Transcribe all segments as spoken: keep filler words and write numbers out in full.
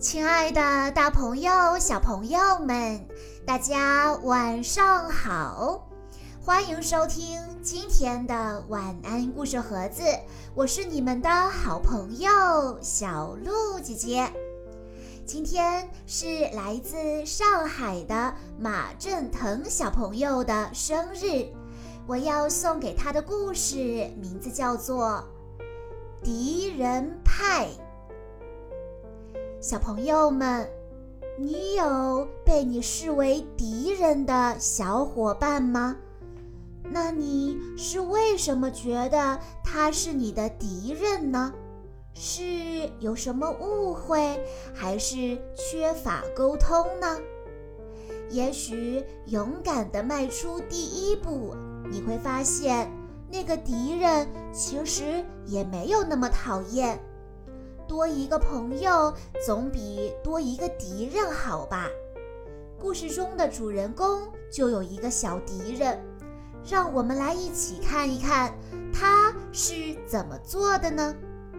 亲爱的大朋友、小朋友们，大家晚上好！欢迎收听今天的晚安故事盒子，我是你们的好朋友小鹿姐姐。今天是来自上海的马振腾小朋友的生日，我要送给他的故事名字叫做《敌人派》。小朋友们，你有被你视为敌人的小伙伴吗？那你是为什么觉得他是你的敌人呢？是有什么误会，还是缺乏沟通呢？也许勇敢地迈出第一步，你会发现那个敌人其实也没有那么讨厌。多一个朋友总比多一个敌人好吧？故事中的主人公就有一个小敌人，让我们来一起看一看他是怎么做的呢？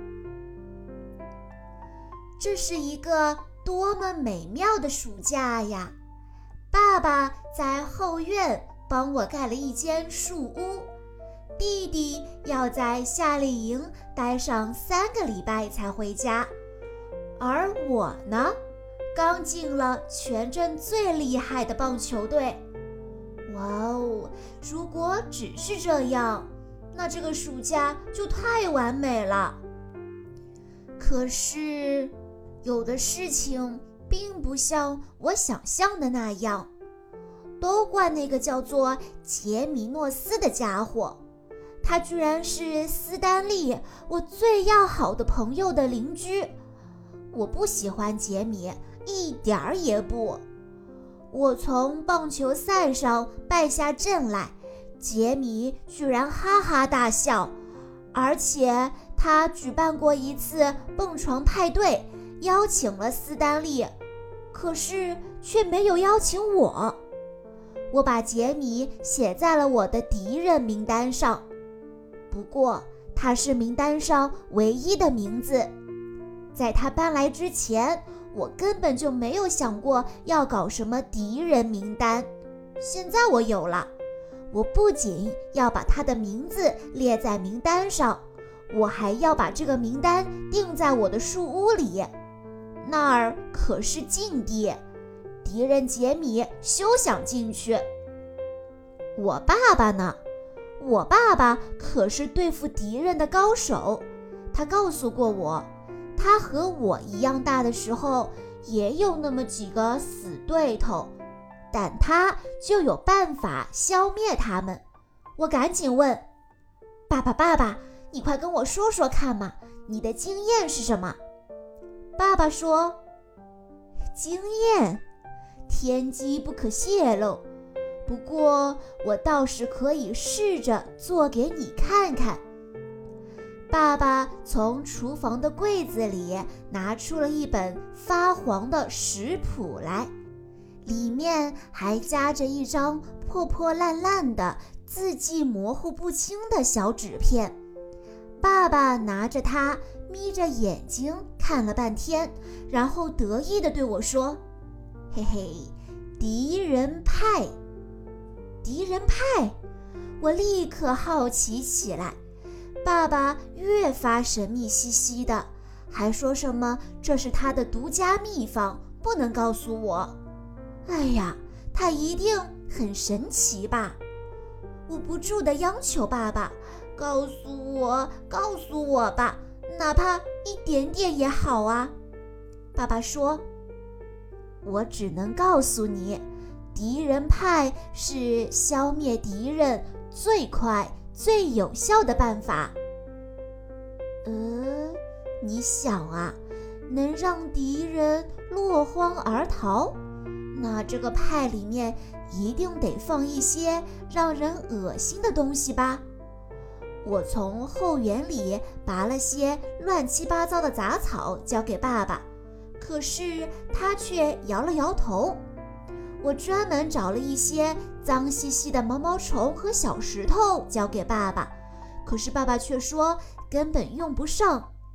这是一个多么美妙的暑假呀！爸爸在后院帮我盖了一间树屋，弟弟要在夏令营待上三个礼拜才回家，而我呢，刚进了全镇最厉害的棒球队。哇哦，如果只是这样，那这个暑假就太完美了。可是，有的事情并不像我想象的那样，都怪那个叫做杰米诺斯的家伙。他居然是斯丹利，我最要好的朋友的邻居。我不喜欢杰米，一点儿也不。我从棒球赛上败下阵来，杰米居然哈哈大笑，而且他举办过一次蹦床派对，邀请了斯丹利，可是却没有邀请我。我把杰米写在了我的敌人名单上。不过，他是名单上唯一的名字。在他搬来之前，我根本就没有想过要搞什么敌人名单。现在我有了，我不仅要把他的名字列在名单上，我还要把这个名单钉在我的树屋里。那儿可是禁地，敌人杰米休想进去。我爸爸呢？我爸爸可是对付敌人的高手，他告诉过我，他和我一样大的时候也有那么几个死对头，但他就有办法消灭他们。我赶紧问，爸爸爸爸，你快跟我说说看嘛，你的经验是什么？爸爸说，经验，天机不可泄露。不过我倒是可以试着做给你看看。爸爸从厨房的柜子里拿出了一本发黄的食谱来，里面还夹着一张破破烂烂的、字迹模糊不清的小纸片。爸爸拿着它，眯着眼睛看了半天，然后得意地对我说：“嘿嘿，敌人派。”敌人派，我立刻好奇起来。爸爸越发神秘兮兮的，还说什么这是他的独家秘方，不能告诉我。哎呀，他一定很神奇吧？我不住地央求爸爸，告诉我，告诉我吧，哪怕一点点也好啊。爸爸说，我只能告诉你，敌人派是消灭敌人最快最有效的办法。呃，你想啊，能让敌人落荒而逃，那这个派里面一定得放一些让人恶心的东西吧？我从后园里拔了些乱七八糟的杂草交给爸爸，可是他却摇了摇头。我专门找了一些脏兮兮的毛毛虫和小石头交给爸爸，可是爸爸却说根本用不上。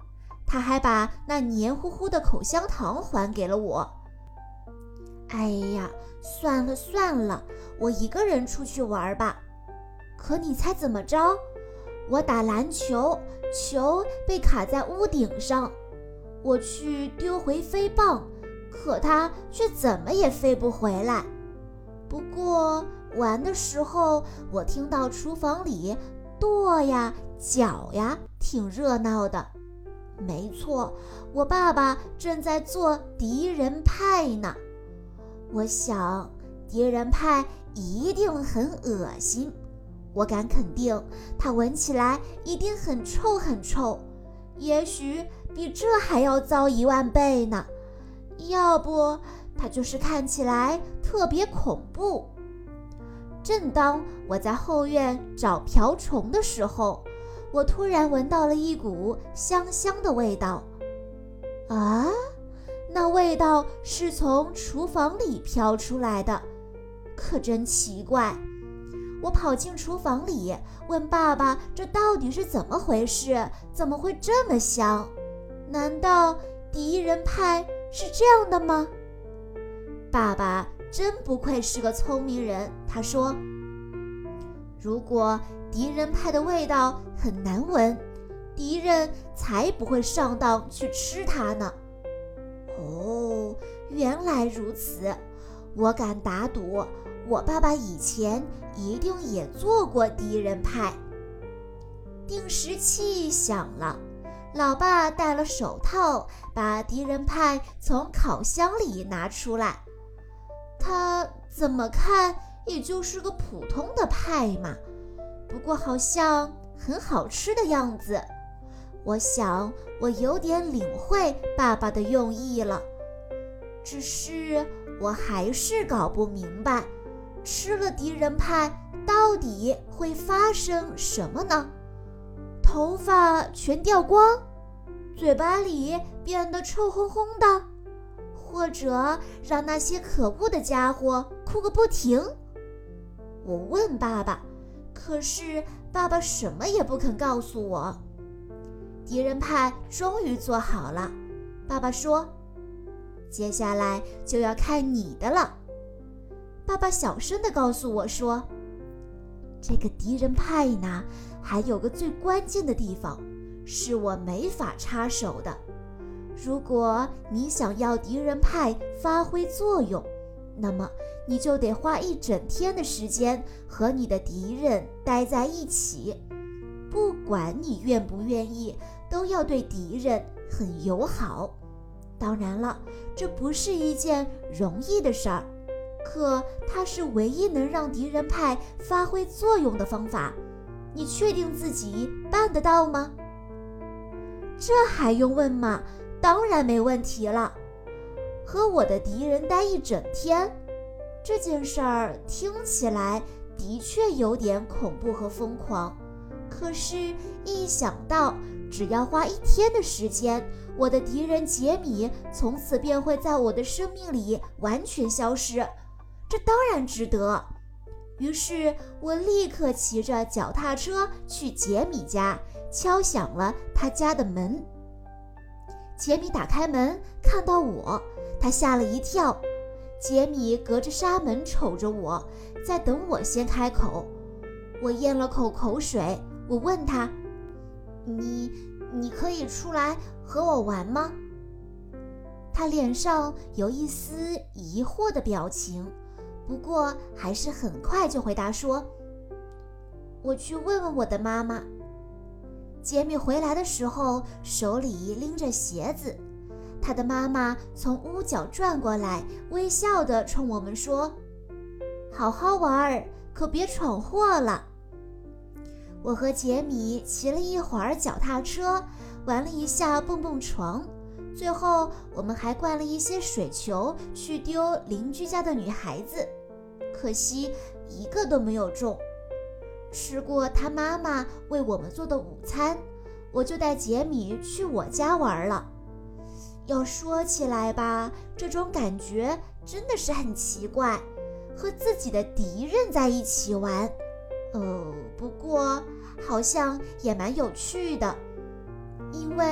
他还把那黏糊糊的口香糖还给了我。哎呀，算了算了，我一个人出去玩吧。可你猜怎么着？我打篮球，球被卡在屋顶上，我去丢回飞棒，可它却怎么也飞不回来。不过玩的时候，我听到厨房里跺呀脚呀，挺热闹的。没错，我爸爸正在做敌人派呢。我想敌人派一定很恶心，我敢肯定它闻起来一定很臭很臭，也许比这还要糟一万倍呢。要不它就是看起来特别恐怖。正当我在后院找瓢虫的时候，我突然闻到了一股香香的味道。啊，那味道是从厨房里飘出来的，可真奇怪。我跑进厨房里，问爸爸这到底是怎么回事，怎么会这么香？难道敌人派是这样的吗？爸爸真不愧是个聪明人，他说，如果敌人派的味道很难闻，敌人才不会上当去吃它呢。哦，原来如此，我敢打赌，我爸爸以前一定也做过敌人派。定时器响了，老爸戴了手套，把敌人派从烤箱里拿出来。它怎么看也就是个普通的派嘛，不过好像很好吃的样子。我想我有点领会爸爸的用意了，只是我还是搞不明白，吃了敌人派到底会发生什么呢？头发全掉光，嘴巴里变得臭烘烘的，或者让那些可恶的家伙哭个不停。我问爸爸，可是爸爸什么也不肯告诉我。敌人派终于做好了，爸爸说，接下来就要看你的了。爸爸小声地告诉我说，这个敌人派呢，还有个最关键的地方，是我没法插手的。如果你想要敌人派发挥作用，那么你就得花一整天的时间和你的敌人待在一起，不管你愿不愿意，都要对敌人很友好。当然了，这不是一件容易的事儿，可它是唯一能让敌人派发挥作用的方法。你确定自己办得到吗？这还用问吗？当然没问题了。和我的敌人待一整天，这件事儿听起来的确有点恐怖和疯狂，可是一想到只要花一天的时间，我的敌人杰米从此便会在我的生命里完全消失，这当然值得。于是我立刻骑着脚踏车去杰米家，敲响了他家的门。杰米打开门，看到我，他吓了一跳。杰米隔着纱门瞅着我，在等我先开口。我咽了口口水，我问他，你你可以出来和我玩吗？他脸上有一丝疑惑的表情，不过还是很快就回答说，我去问问我的妈妈。杰米回来的时候，手里拎着鞋子，他的妈妈从屋角转过来，微笑地冲我们说，好好玩，可别闯祸了。我和杰米骑了一会儿脚踏车，玩了一下蹦蹦床，最后我们还灌了一些水球去丢邻居家的女孩子，可惜一个都没有中。吃过他妈妈为我们做的午餐，我就带杰米去我家玩了。要说起来吧，这种感觉真的是很奇怪，和自己的敌人在一起玩，呃，不过好像也蛮有趣的，因为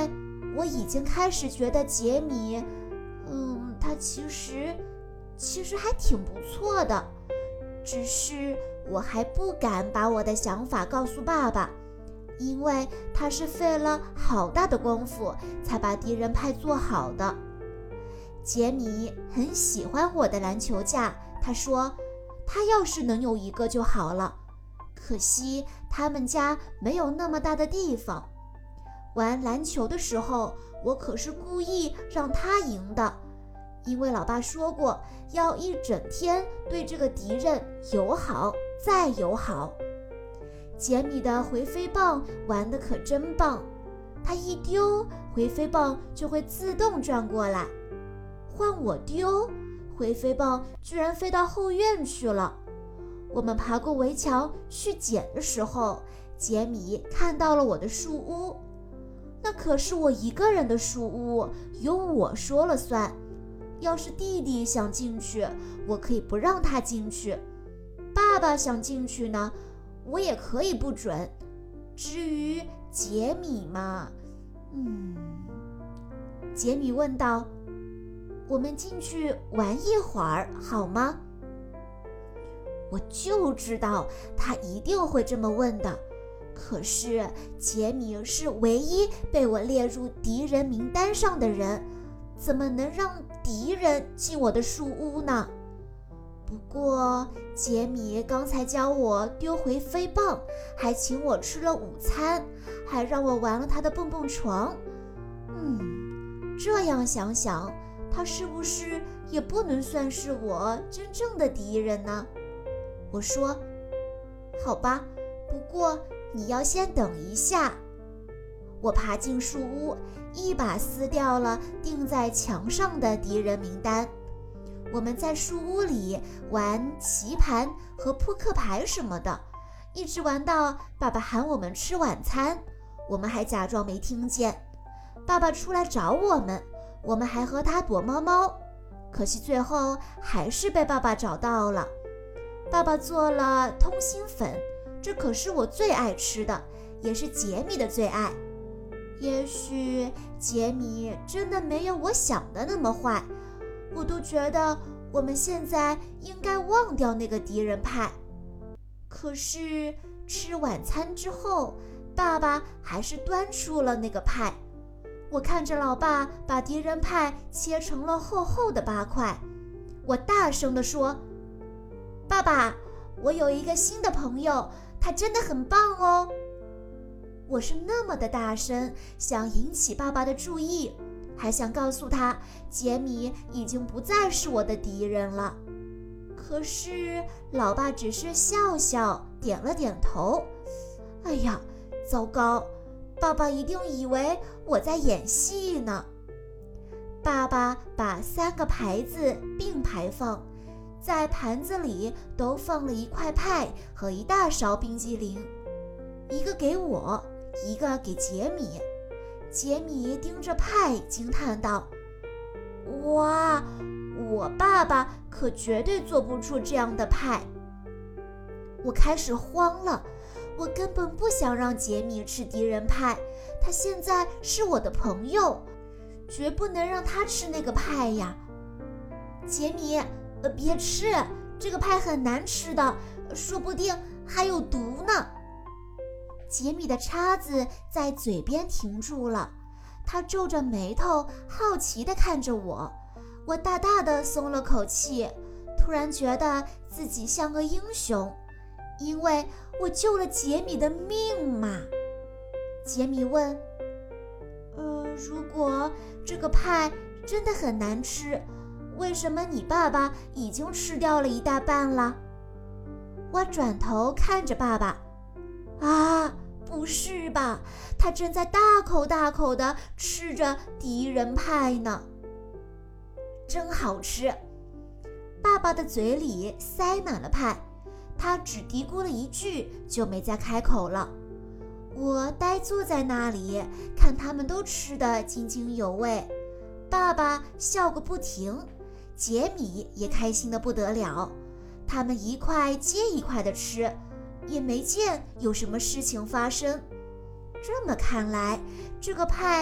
我已经开始觉得杰米，嗯，他其实其实还挺不错的，只是我还不敢把我的想法告诉爸爸，因为他是费了好大的功夫才把敌人派做好的。杰米很喜欢我的篮球架，他说他要是能有一个就好了，可惜他们家没有那么大的地方。玩篮球的时候，我可是故意让他赢的，因为老爸说过要一整天对这个敌人友好再友好。杰米的回飞棒玩得可真棒，他一丢，回飞棒就会自动转过来。换我丢，回飞棒居然飞到后院去了。我们爬过围墙去捡的时候，杰米看到了我的树屋。那可是我一个人的树屋，由我说了算。要是弟弟想进去，我可以不让他进去。爸爸想进去呢，我也可以不准。至于杰米嘛，嗯，杰米问道，我们进去玩一会儿好吗？我就知道他一定会这么问的。可是杰米是唯一被我列入敌人名单上的人，怎么能让敌人进我的树屋呢？不过杰米刚才教我丢回飞棒，还请我吃了午餐，还让我玩了他的蹦蹦床。嗯，这样想想，他是不是也不能算是我真正的敌人呢？我说，好吧，不过你要先等一下。我爬进树屋，一把撕掉了钉在墙上的敌人名单。我们在树屋里玩棋盘和扑克牌什么的，一直玩到爸爸喊我们吃晚餐，我们还假装没听见。爸爸出来找我们，我们还和他躲猫猫，可惜最后还是被爸爸找到了。爸爸做了通心粉，这可是我最爱吃的，也是杰米的最爱。也许杰米真的没有我想的那么坏，我都觉得我们现在应该忘掉那个敌人派。可是吃晚餐之后，爸爸还是端出了那个派。我看着老爸把敌人派切成了厚厚的八块，我大声地说，爸爸，我有一个新的朋友，他真的很棒哦。我是那么的大声，想引起爸爸的注意，还想告诉他杰米已经不再是我的敌人了。可是老爸只是笑笑，点了点头。哎呀，糟糕，爸爸一定以为我在演戏呢。爸爸把三个牌子并排放，在盘子里都放了一块派和一大勺冰激凌，一个给我，一个给杰米。杰米盯着派惊叹道，哇，我爸爸可绝对做不出这样的派。我开始慌了，我根本不想让杰米吃敌人派，他现在是我的朋友，绝不能让他吃那个派呀。杰米，呃，别吃，这个派很难吃的，说不定还有毒呢。杰米的叉子在嘴边停住了，他皱着眉头，好奇地看着我。我大大地松了口气，突然觉得自己像个英雄，因为我救了杰米的命嘛。杰米问，呃，如果这个派真的很难吃，为什么你爸爸已经吃掉了一大半了？我转头看着爸爸，啊，不是吧，他正在大口大口地吃着敌人派呢。真好吃。爸爸的嘴里塞满了派，他只嘀咕了一句就没再开口了。我呆坐在那里，看他们都吃得津津有味。爸爸笑个不停，杰米也开心得不得了，他们一块接一块地吃，也没见有什么事情发生。这么看来，这个派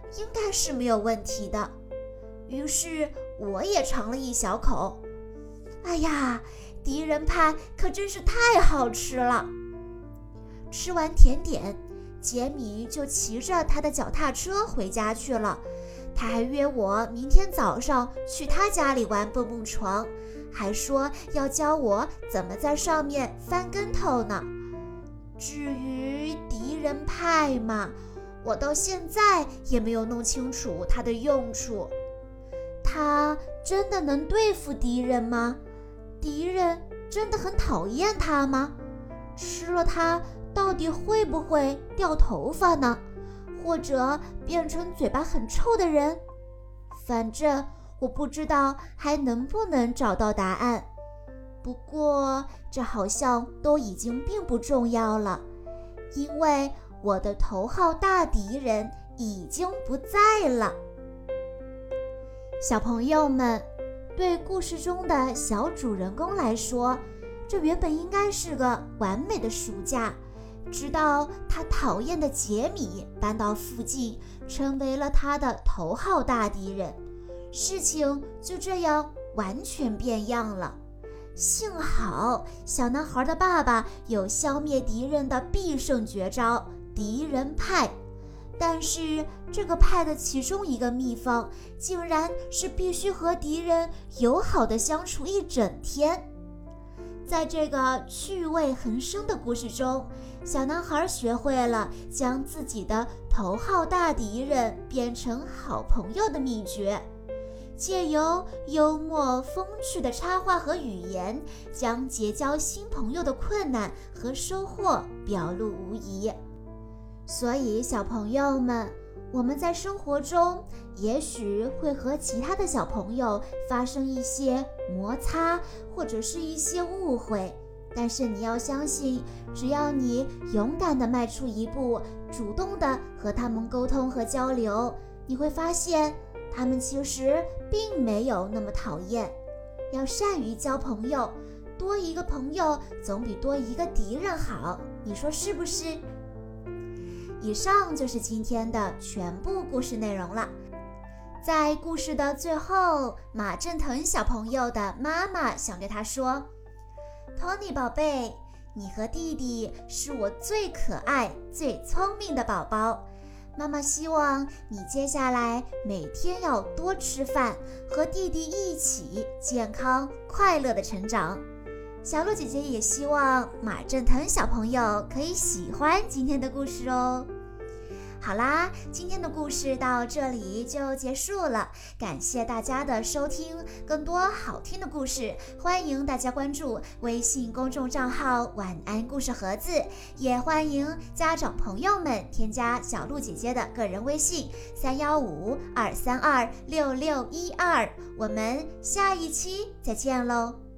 应该是没有问题的。于是我也尝了一小口。哎呀，敌人派可真是太好吃了。吃完甜点，杰米就骑着他的脚踏车回家去了。他还约我明天早上去他家里玩蹦蹦床，还说要教我怎么在上面翻跟头呢。至于敌人派嘛，我到现在也没有弄清楚它的用处。它真的能对付敌人吗？敌人真的很讨厌它吗？吃了它到底会不会掉头发呢？或者变成嘴巴很臭的人？反正我不知道还能不能找到答案。不过这好像都已经并不重要了，因为我的头号大敌人已经不在了。小朋友们，对故事中的小主人公来说，这原本应该是个完美的暑假，直到他讨厌的杰米搬到附近，成为了他的头号大敌人，事情就这样完全变样了。幸好小男孩的爸爸有消灭敌人的必胜绝招敌人派，但是这个派的其中一个秘方竟然是必须和敌人友好的相处一整天。在这个趣味横生的故事中，小男孩学会了将自己的头号大敌人变成好朋友的秘诀，借由幽默风趣的插画和语言，将结交新朋友的困难和收获表露无遗。所以小朋友们，我们在生活中也许会和其他的小朋友发生一些摩擦，或者是一些误会，但是你要相信，只要你勇敢地迈出一步，主动地和他们沟通和交流，你会发现他们其实并没有那么讨厌。要善于交朋友，多一个朋友总比多一个敌人好，你说是不是？以上就是今天的全部故事内容了。在故事的最后，马振腾小朋友的妈妈想对他说， Tony 宝贝，你和弟弟是我最可爱最聪明的宝宝，妈妈希望你接下来每天要多吃饭，和弟弟一起健康快乐的成长。小鹿姐姐也希望马振腾小朋友可以喜欢今天的故事哦。好啦，今天的故事到这里就结束了，感谢大家的收听。更多好听的故事，欢迎大家关注微信公众账号晚安故事盒子，也欢迎家长朋友们添加小鹿姐姐的个人微信三一五二三二六六一二，我们下一期再见喽。